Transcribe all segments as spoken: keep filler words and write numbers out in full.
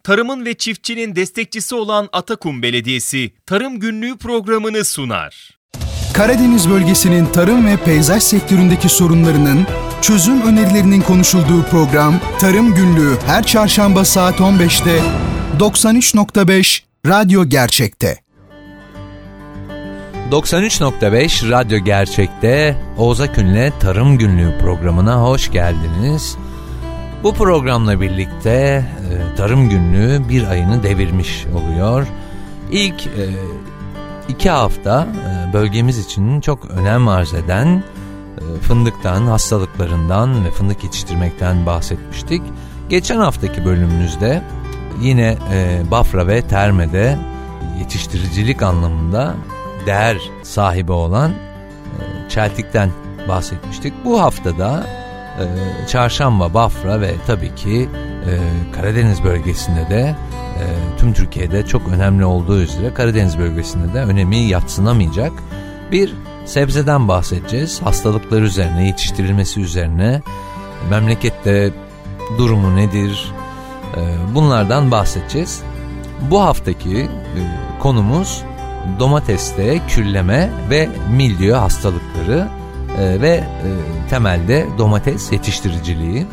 tarımın ve çiftçinin destekçisi olan Atakum Belediyesi Tarım Günlüğü programını sunar. Karadeniz bölgesinin tarım ve peyzaj sektöründeki sorunlarının, çözüm önerilerinin konuşulduğu program Tarım Günlüğü her çarşamba saat on beşte doksan üç nokta beş Radyo Gerçek'te. doksan üç nokta beş Radyo Gerçek'te Oğuz Akün'le Tarım Günlüğü programına hoş geldiniz. Bu programla birlikte e, Tarım Günlüğü bir ayını devirmiş oluyor. İlk e, iki hafta e, bölgemiz için çok önem arz eden e, fındıktan, hastalıklarından ve fındık yetiştirmekten bahsetmiştik. Geçen haftaki bölümümüzde yine e, Bafra ve Terme'de yetiştiricilik anlamında değer sahibi olan e, çeltikten bahsetmiştik. Bu haftada e, Çarşamba, Bafra ve tabii ki e, Karadeniz bölgesinde de e, tüm Türkiye'de çok önemli olduğu üzere Karadeniz bölgesinde de önemi yadsınamayacak bir sebzeden bahsedeceğiz. Hastalıklar üzerine, yetiştirilmesi üzerine, memlekette durumu nedir, e, bunlardan bahsedeceğiz. Bu haftaki e, konumuz domateste külleme ve mildiyo hastalıkları e, ve e, temelde domates yetiştiriciliği.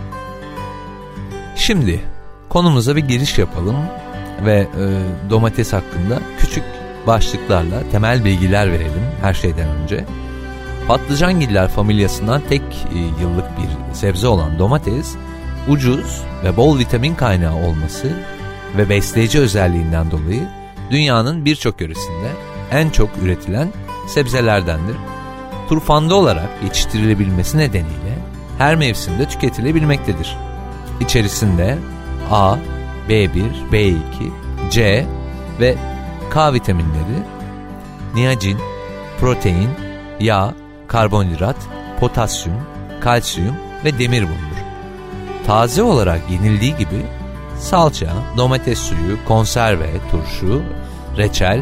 Şimdi konumuza bir giriş yapalım ve e, domates hakkında küçük başlıklarla temel bilgiler verelim her şeyden önce. Patlıcangiller familyasından tek e, yıllık bir sebze olan domates, ucuz ve bol vitamin kaynağı olması ve besleyici özelliğinden dolayı dünyanın birçok yöresinde en çok üretilen sebzelerdendir. Turfanda olarak yetiştirilebilmesi nedeniyle her mevsimde tüketilebilmektedir. İçerisinde A, B bir, B iki, C ve K vitaminleri, niacin, protein, yağ, karbonhidrat, potasyum, kalsiyum ve demir bulunur. Taze olarak yenildiği gibi salça, domates suyu, konserve, turşu, reçel,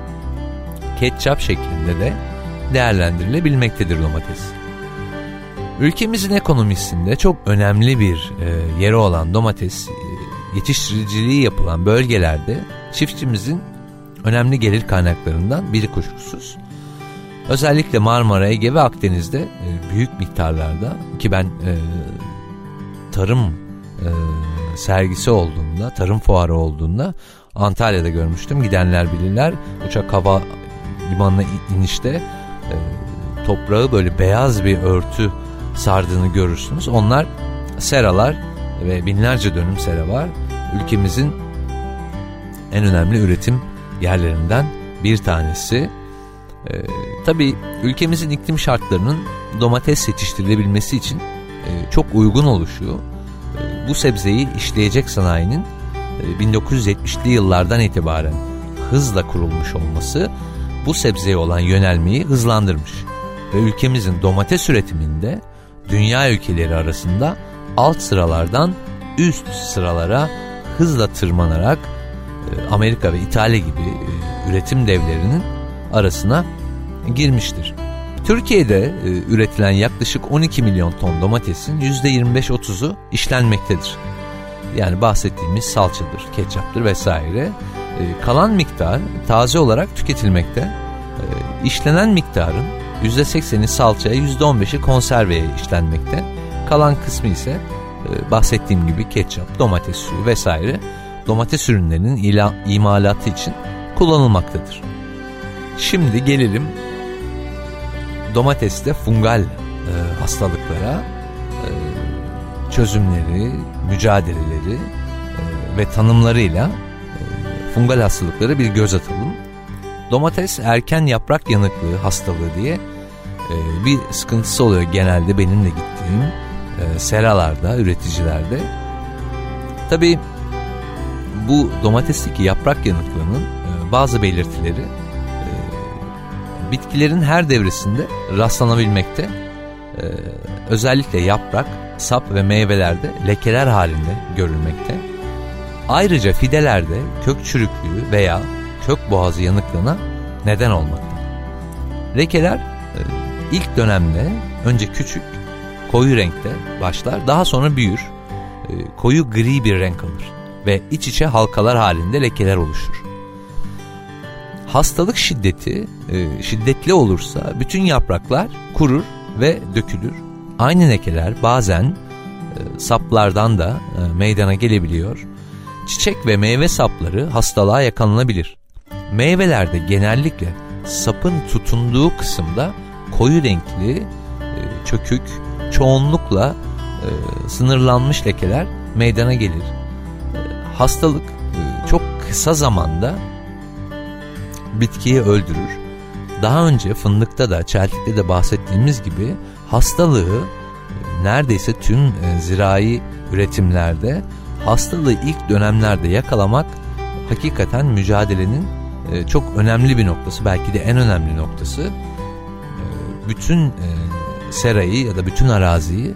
ketçap şeklinde de değerlendirilebilmektedir domates. Ülkemizin ekonomisinde çok önemli bir e, yeri olan domates e, yetiştiriciliği yapılan bölgelerde çiftçimizin önemli gelir kaynaklarından biri kuşkusuz. Özellikle Marmara, Ege ve Akdeniz'de e, büyük miktarlarda, ki ben e, tarım e, sergisi olduğunda, tarım fuarı olduğunda Antalya'da görmüştüm. Gidenler bilirler. Uçak hava limanına inişte e, toprağı böyle beyaz bir örtü sardığını görürsünüz. Onlar seralar ve binlerce dönüm sera var. Ülkemizin en önemli üretim yerlerinden bir tanesi. E, tabii ülkemizin iklim şartlarının domates yetiştirilebilmesi için e, çok uygun oluşu, bu sebzeyi işleyecek sanayinin bin dokuz yüz yetmişli yıllardan itibaren hızla kurulmuş olması bu sebzeye olan yönelmeyi hızlandırmış ve ülkemizin domates üretiminde dünya ülkeleri arasında alt sıralardan üst sıralara hızla tırmanarak Amerika ve İtalya gibi üretim devlerinin arasına girmiştir. Türkiye'de e, üretilen yaklaşık on iki milyon ton domatesin yüzde yirmi beş otuzu işlenmektedir. Yani bahsettiğimiz salçadır, ketçaptır vesaire. E, kalan miktar taze olarak tüketilmekte. E, işlenen miktarın yüzde sekseni salçaya, yüzde on beşi konserveye işlenmekte. Kalan kısmı ise e, bahsettiğim gibi ketçap, domates suyu vesaire domates ürünlerinin ila, imalatı için kullanılmaktadır. Şimdi gelelim domateste fungal e, hastalıklara, e, çözümleri, mücadeleleri e, ve tanımlarıyla e, fungal hastalıklara bir göz atalım. Domates erken yaprak yanıklığı hastalığı diye e, bir sıkıntısı oluyor genelde benim de gittiğim e, seralarda, üreticilerde. Tabii bu domatesteki yaprak yanıklığının e, bazı belirtileri bitkilerin her devresinde rastlanabilmekte. Ee, özellikle yaprak, sap ve meyvelerde lekeler halinde görülmekte. Ayrıca fidelerde kök çürüklüğü veya kök boğazı yanıklığına neden olmakta. Lekeler e, ilk dönemde önce küçük, koyu renkte başlar, daha sonra büyür, e, koyu gri bir renk alır. ve iç içe halkalar halinde lekeler oluşur. Hastalık şiddeti e, şiddetli olursa bütün yapraklar kurur ve dökülür. Aynı lekeler bazen e, saplardan da e, meydana gelebiliyor. Çiçek ve meyve sapları hastalığa yakalanabilir. Meyvelerde genellikle sapın tutunduğu kısımda koyu renkli, e, çökük, çoğunlukla e, sınırlanmış lekeler meydana gelir. E, hastalık e, çok kısa zamanda bitkiyi öldürür. Daha önce fındıkta da çeltikte de bahsettiğimiz gibi hastalığı e, neredeyse tüm e, zirai üretimlerde hastalığı ilk dönemlerde yakalamak hakikaten mücadelenin e, çok önemli bir noktası, belki de en önemli noktası. E, bütün e, serayı ya da bütün araziyi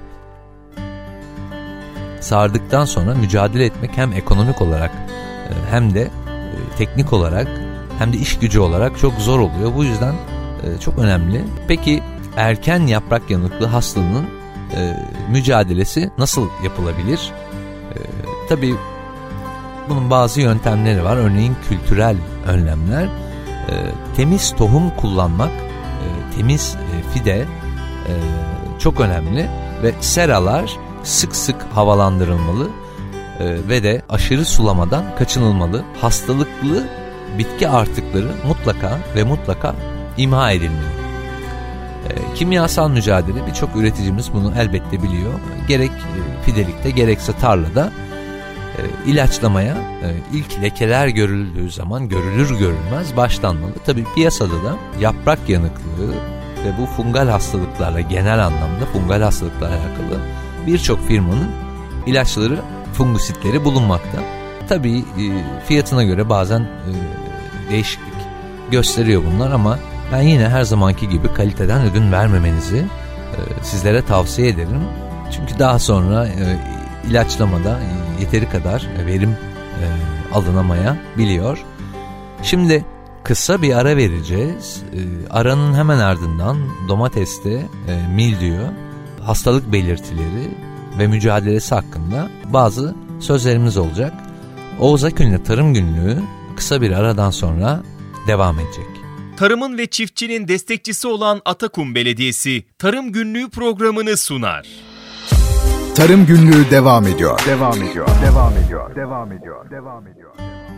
sardıktan sonra mücadele etmek hem ekonomik olarak e, hem de e, teknik olarak hem de iş gücü olarak çok zor oluyor. Bu yüzden e, çok önemli. Peki erken yaprak yanıklığı hastalığının e, mücadelesi nasıl yapılabilir? E, tabii bunun bazı yöntemleri var. Örneğin kültürel önlemler, e, temiz tohum kullanmak, e, temiz e, fide e, çok önemli ve seralar sık sık havalandırılmalı e, ve de aşırı sulamadan kaçınılmalı. Hastalıklı bitki artıkları mutlaka ve mutlaka imha edilmeli. E, kimyasal mücadele, birçok üreticimiz bunu elbette biliyor. Gerek e, fidelikte gerekse tarlada e, ilaçlamaya e, ilk lekeler görüldüğü zaman görülür görülmez başlanmalı. Tabii piyasada da yaprak yanıklığı ve bu fungal hastalıklarla, genel anlamda fungal hastalıklarla alakalı birçok firmanın ilaçları, fungusitleri bulunmakta. Tabii e, fiyatına göre bazen e, değişiklik gösteriyor bunlar ama ben yine her zamanki gibi kaliteden ödün vermemenizi e, sizlere tavsiye ederim. Çünkü daha sonra e, ilaçlamada e, yeteri kadar verim e, alınamayabiliyor. Şimdi kısa bir ara vereceğiz. E, aranın hemen ardından domateste e, mildiyo, hastalık belirtileri ve mücadelesi hakkında bazı sözlerimiz olacak. Oğuz Akün'le Tarım Günlüğü kısa bir aradan sonra devam edecek. Tarımın ve çiftçinin destekçisi olan Atakum Belediyesi Tarım Günlüğü programını sunar. Tarım Günlüğü devam ediyor. Devam ediyor. Devam ediyor. Devam ediyor. Devam ediyor.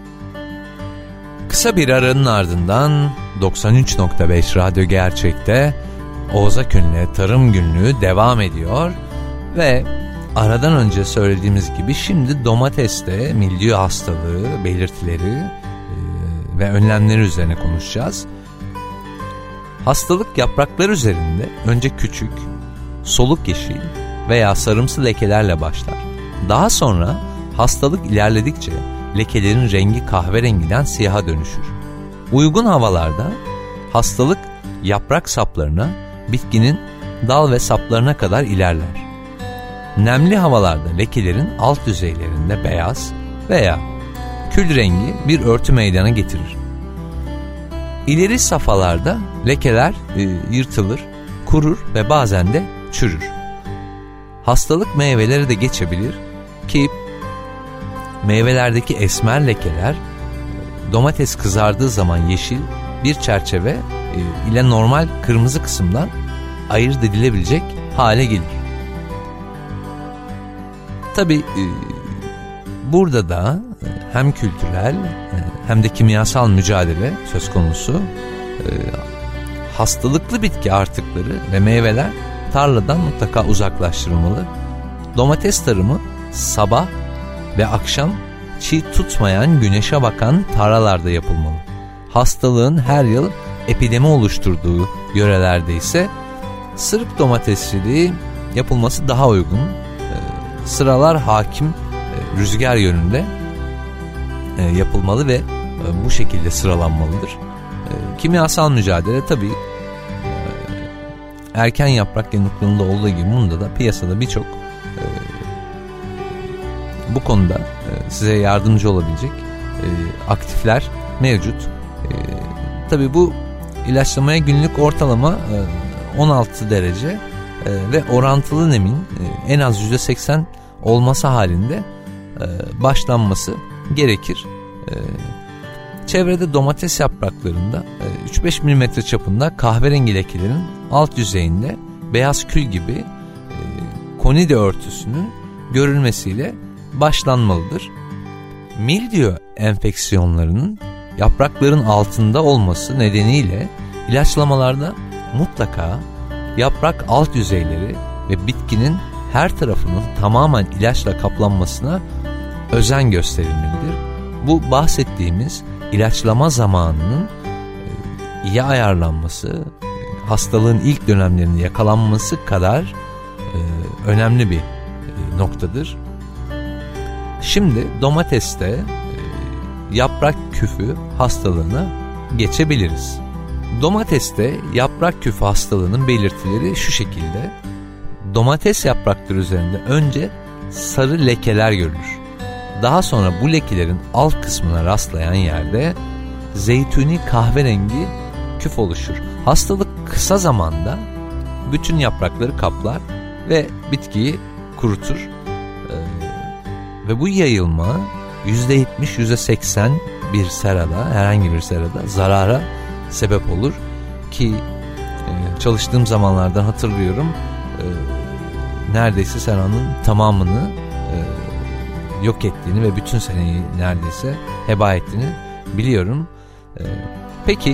Kısa bir aranın ardından doksan üç nokta beş Radyo Gerçek'te Oğuz Akün'le Tarım Günlüğü devam ediyor ve aradan önce söylediğimiz gibi şimdi domateste mildiyo hastalığı belirtileri e, ve önlemleri üzerine konuşacağız. Hastalık yapraklar üzerinde önce küçük, soluk yeşil veya sarımsı lekelerle başlar. Daha sonra hastalık ilerledikçe lekelerin rengi kahverengiden siyaha dönüşür. Uygun havalarda hastalık yaprak saplarına, bitkinin dal ve saplarına kadar ilerler. Nemli havalarda lekelerin alt yüzeylerinde beyaz veya kül rengi bir örtü meydana getirir. İleri safhalarda lekeler e, yırtılır, kurur ve bazen de çürür. Hastalık meyvelere de geçebilir ki meyvelerdeki esmer lekeler domates kızardığı zaman yeşil bir çerçeve e, ile normal kırmızı kısımdan ayırt edilebilecek hale gelir. Tabii e, burada da hem kültürel hem de kimyasal mücadele söz konusu. E, hastalıklı bitki artıkları ve meyveler tarladan mutlaka uzaklaştırılmalı. Domates tarımı sabah ve akşam çiğ tutmayan, güneşe bakan tarlalarda yapılmalı. Hastalığın her yıl epidemi oluşturduğu yörelerde ise sırık domatesçiliği yapılması daha uygun. E, sıralar hakim e, rüzgar yönünde e, yapılmalı ve e, bu şekilde sıralanmalıdır. E, kimyasal mücadele tabii e, erken yaprak yanıklığında olduğu gibi bunda da piyasada birçok e, bu konuda e, size yardımcı olabilecek e, aktifler mevcut. E, tabii bu ilaçlamaya günlük ortalama e, on altı derece e, ve orantılı nemin e, en az yüzde seksen olması halinde e, e, başlanması gerekir. E, çevrede domates yapraklarında e, üç beş milimetre çapında kahverengi lekelerin alt yüzeyinde beyaz kül gibi e, konide örtüsünün görülmesiyle başlanmalıdır. Mildiyo enfeksiyonlarının yaprakların altında olması nedeniyle ilaçlamalarda mutlaka yaprak alt yüzeyleri ve bitkinin her tarafının tamamen ilaçla kaplanmasına özen gösterilmelidir. Bu bahsettiğimiz ilaçlama zamanının iyi ayarlanması, hastalığın ilk dönemlerinde yakalanması kadar önemli bir noktadır. Şimdi domateste yaprak küfü hastalığına geçebiliriz. Domateste yaprak küfü hastalığının belirtileri şu şekilde. Domates yaprakları üzerinde önce sarı lekeler görülür. Daha sonra bu lekelerin alt kısmına rastlayan yerde zeytuni kahverengi küf oluşur. Hastalık kısa zamanda bütün yaprakları kaplar ve bitkiyi kurutur. Ee, ve bu yayılma yüzde yetmiş yüzde seksen bir serada, herhangi bir serada zarara sebep olur ki e, çalıştığım zamanlardan hatırlıyorum, e, neredeyse seranın tamamını e, yok ettiğini ve bütün seneyi neredeyse heba ettiğini biliyorum. E, peki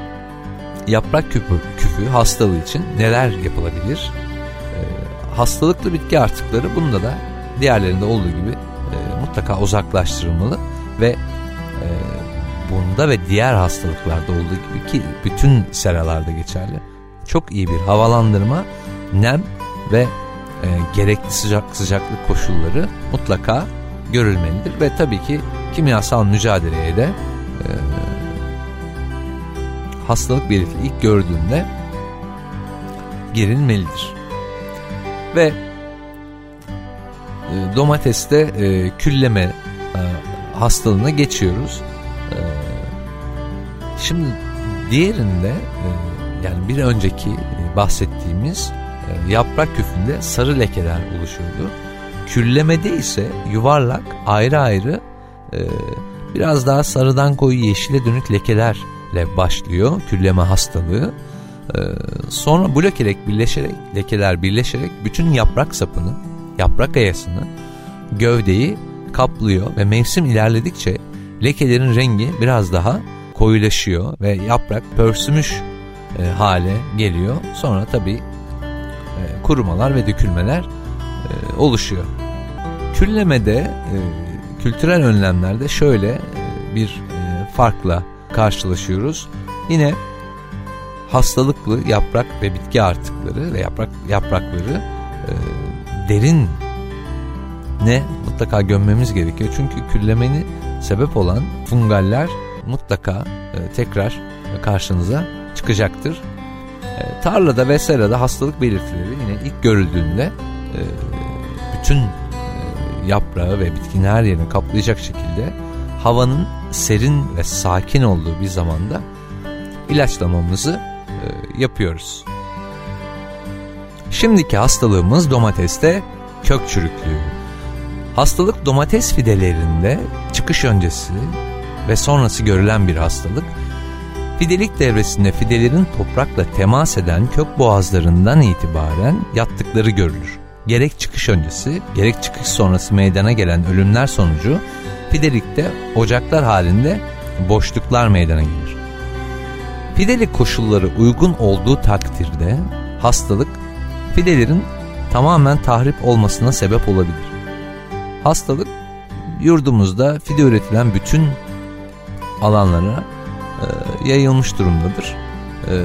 yaprak küpü, küpü hastalığı için neler yapılabilir? E, hastalıklı bitki artıkları bunda da diğerlerinde olduğu gibi e, mutlaka uzaklaştırılmalı ve e, bunda ve diğer hastalıklarda olduğu gibi ki bütün seralarda geçerli. Çok iyi bir havalandırma, nem ve e, gerekli sıcak sıcaklık koşulları mutlaka görülmelidir ve tabii ki kimyasal mücadeleye de e, hastalık belirti ilk gördüğünde girilmelidir. Ve e, domateste e, külleme e, hastalığına geçiyoruz. E, şimdi diğerinde e, yani bir önceki e, bahsettiğimiz e, yaprak küfünde sarı lekeler oluşuyordu. Küllemede ise yuvarlak ayrı ayrı e, biraz daha sarıdan koyu yeşile dönük lekelerle başlıyor külleme hastalığı. E, sonra bu lekeler birleşerek, lekeler birleşerek bütün yaprak sapını, yaprak ayasını, gövdeyi kaplıyor ve mevsim ilerledikçe lekelerin rengi biraz daha koyulaşıyor ve yaprak pörsümüş e, hale geliyor. Sonra tabii e, kurumalar ve dökülmeler e, oluşuyor. Küllemede e, kültürel önlemlerde şöyle e, bir e, farkla karşılaşıyoruz. Yine hastalıklı yaprak ve bitki artıkları ve yaprak yaprakları e, derin ne mutlaka gömmemiz gerekiyor. Çünkü küllemeni sebep olan fungaller mutlaka e, tekrar karşınıza çıkacaktır. E, tarlada ve serada hastalık belirtileri yine ilk görüldüğünde e, bütün e, yaprağı ve bitkinin her yerini kaplayacak şekilde havanın serin ve sakin olduğu bir zamanda ilaçlamamızı e, yapıyoruz. Şimdiki hastalığımız domateste kök çürüklüğü. Hastalık domates fidelerinde çıkış öncesi ve sonrası görülen bir hastalık. Fidelik devresinde fidelerin toprakla temas eden kök boğazlarından itibaren yattıkları görülür. Gerek çıkış öncesi, gerek çıkış sonrası meydana gelen ölümler sonucu fidelikte ocaklar halinde boşluklar meydana gelir. Fidelik koşulları uygun olduğu takdirde hastalık fidelerin tamamen tahrip olmasına sebep olabilir. Hastalık yurdumuzda fide üretilen bütün alanlara e, yayılmış durumdadır. E,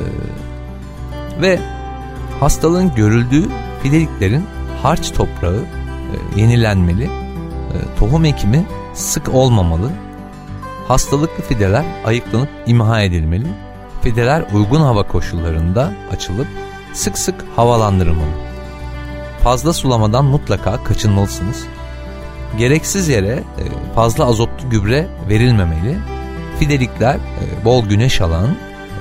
ve hastalığın görüldüğü fideliklerin harç toprağı e, yenilenmeli, e, tohum ekimi sık olmamalı, hastalıklı fideler ayıklanıp imha edilmeli, fideler uygun hava koşullarında açılıp sık sık havalandırılmalı. Fazla sulamadan mutlaka kaçınmalısınız. Gereksiz yere fazla azotlu gübre verilmemeli. Fidelikler bol güneş alan,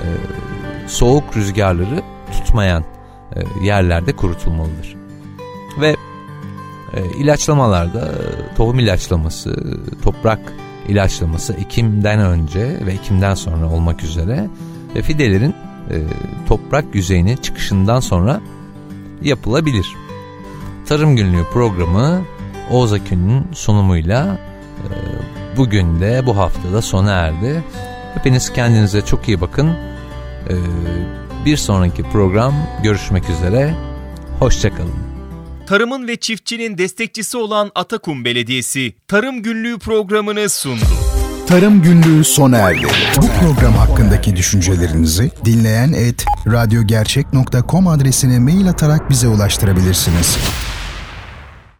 soğuk rüzgarları tutmayan yerlerde kurutulmalıdır. Ve E, ilaçlamalarda tohum ilaçlaması, toprak ilaçlaması ekimden önce ve ekimden sonra olmak üzere ve fidelerin e, toprak yüzeyine çıkışından sonra yapılabilir. Tarım Günlüğü programı Oğuz Akün'ün sunumuyla e, bugün de bu haftada sona erdi. Hepiniz kendinize çok iyi bakın. E, bir sonraki program görüşmek üzere. Hoşçakalın. Tarımın ve çiftçinin destekçisi olan Atakum Belediyesi Tarım Günlüğü programını sundu. Tarım Günlüğü sona erdi. Bu program hakkındaki düşüncelerinizi dinleyen et radyogercek nokta com adresine mail atarak bize ulaştırabilirsiniz.